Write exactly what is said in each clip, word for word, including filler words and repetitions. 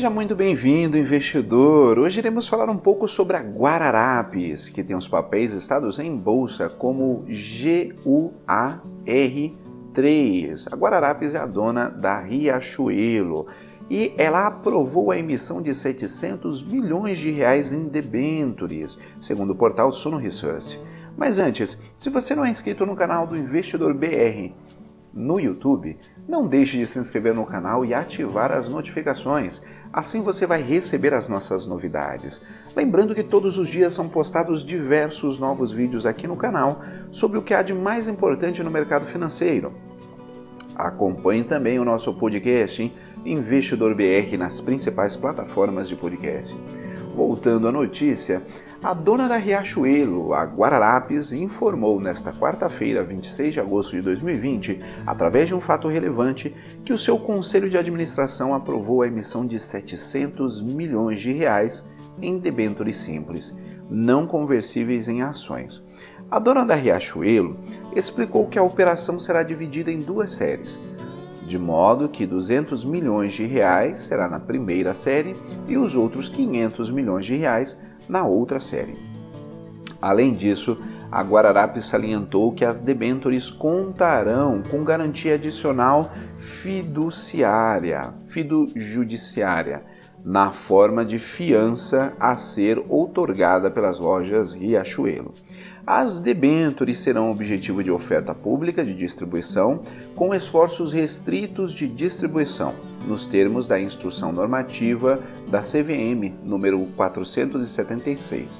Seja muito bem-vindo, investidor! Hoje iremos falar um pouco sobre a Guararapes, que tem os papéis listados em bolsa como G U A R três. A Guararapes é a dona da Riachuelo e ela aprovou a emissão de setecentos milhões de reais em debêntures, segundo o portal Suno Research. Mas antes, se você não é inscrito no canal do Investidor B R no YouTube, não deixe de se inscrever no canal e ativar as notificações, assim você vai receber as nossas novidades. Lembrando que todos os dias são postados diversos novos vídeos aqui no canal sobre o que há de mais importante no mercado financeiro. Acompanhe também o nosso podcast, hein? Investidor B R, nas principais plataformas de podcast. Voltando à notícia, a dona da Riachuelo, a Guararapes, informou nesta quarta-feira, vinte e seis de agosto de dois mil e vinte, através de um fato relevante, que o seu conselho de administração aprovou a emissão de setecentos milhões de reais em debêntures simples, não conversíveis em ações. A dona da Riachuelo explicou que a operação será dividida em duas séries, de modo que duzentos milhões de reais será na primeira série e os outros quinhentos milhões de reais na outra série. Além disso, a Guararapes salientou que as debêntures contarão com garantia adicional fiduciária, fidujudiciária, na forma de fiança a ser outorgada pelas lojas Riachuelo. As debêntures serão objetivo de oferta pública de distribuição com esforços restritos de distribuição, nos termos da Instrução Normativa da C V M número quatrocentos e setenta e seis.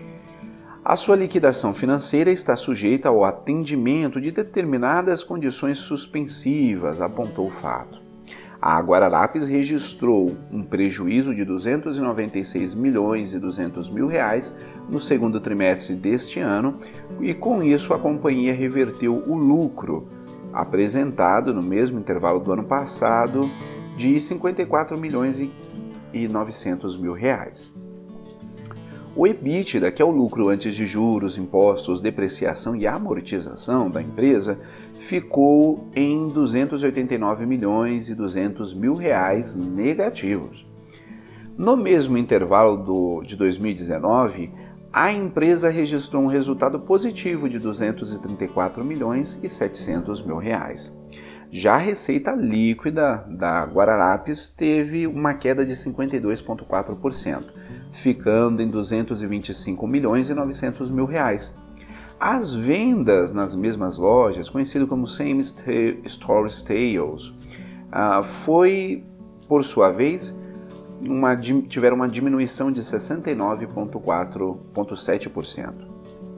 A sua liquidação financeira está sujeita ao atendimento de determinadas condições suspensivas, apontou o fato. A Guararapes registrou um prejuízo de duzentos e noventa e seis milhões e duzentos mil reais no segundo trimestre deste ano e com isso a companhia reverteu o lucro apresentado no mesmo intervalo do ano passado de cinquenta e quatro milhões e novecentos mil reais. O EBITDA, que é o lucro antes de juros, impostos, depreciação e amortização da empresa, ficou em duzentos e oitenta e nove milhões e duzentos mil reais negativos. No mesmo intervalo do, de dois mil e dezenove, a empresa registrou um resultado positivo de duzentos e trinta e quatro milhões e setecentos mil reais. Já a receita líquida da Guararapes teve uma queda de cinquenta e dois vírgula quatro por cento, ficando em duzentos e vinte e cinco milhões e novecentos mil reais. As vendas nas mesmas lojas, conhecido como Same Store Sales, uh, foi, por sua vez, uma, tiveram uma diminuição de sessenta e nove vírgula sete por cento.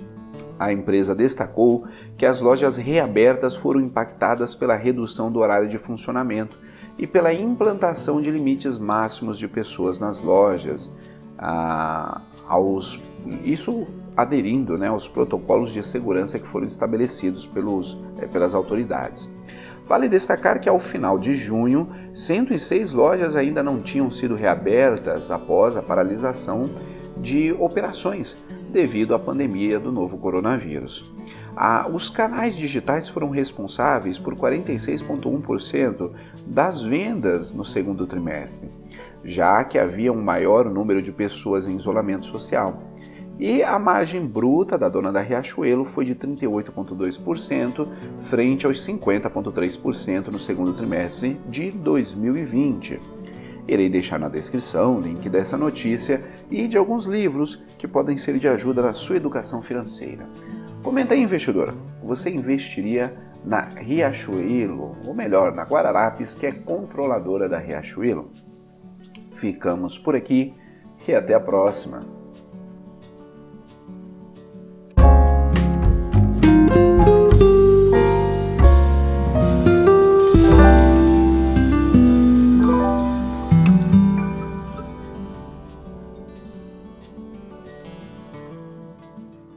A empresa destacou que as lojas reabertas foram impactadas pela redução do horário de funcionamento e pela implantação de limites máximos de pessoas nas lojas, ah, aos, isso aderindo, né, aos protocolos de segurança que foram estabelecidos pelos, eh, pelas autoridades. Vale destacar que ao final de junho, cento e seis lojas ainda não tinham sido reabertas após a paralisação de operações devido à pandemia do novo coronavírus. Ah, os canais digitais foram responsáveis por quarenta e seis vírgula um por cento das vendas no segundo trimestre, já que havia um maior número de pessoas em isolamento social. E a margem bruta da dona da Riachuelo foi de trinta e oito vírgula dois por cento frente aos cinquenta vírgula três por cento no segundo trimestre de dois mil e vinte. Irei deixar na descrição o link dessa notícia e de alguns livros que podem ser de ajuda na sua educação financeira. Comenta aí, investidor, você investiria na Riachuelo, ou melhor, na Guararapes, que é controladora da Riachuelo? Ficamos por aqui e até a próxima.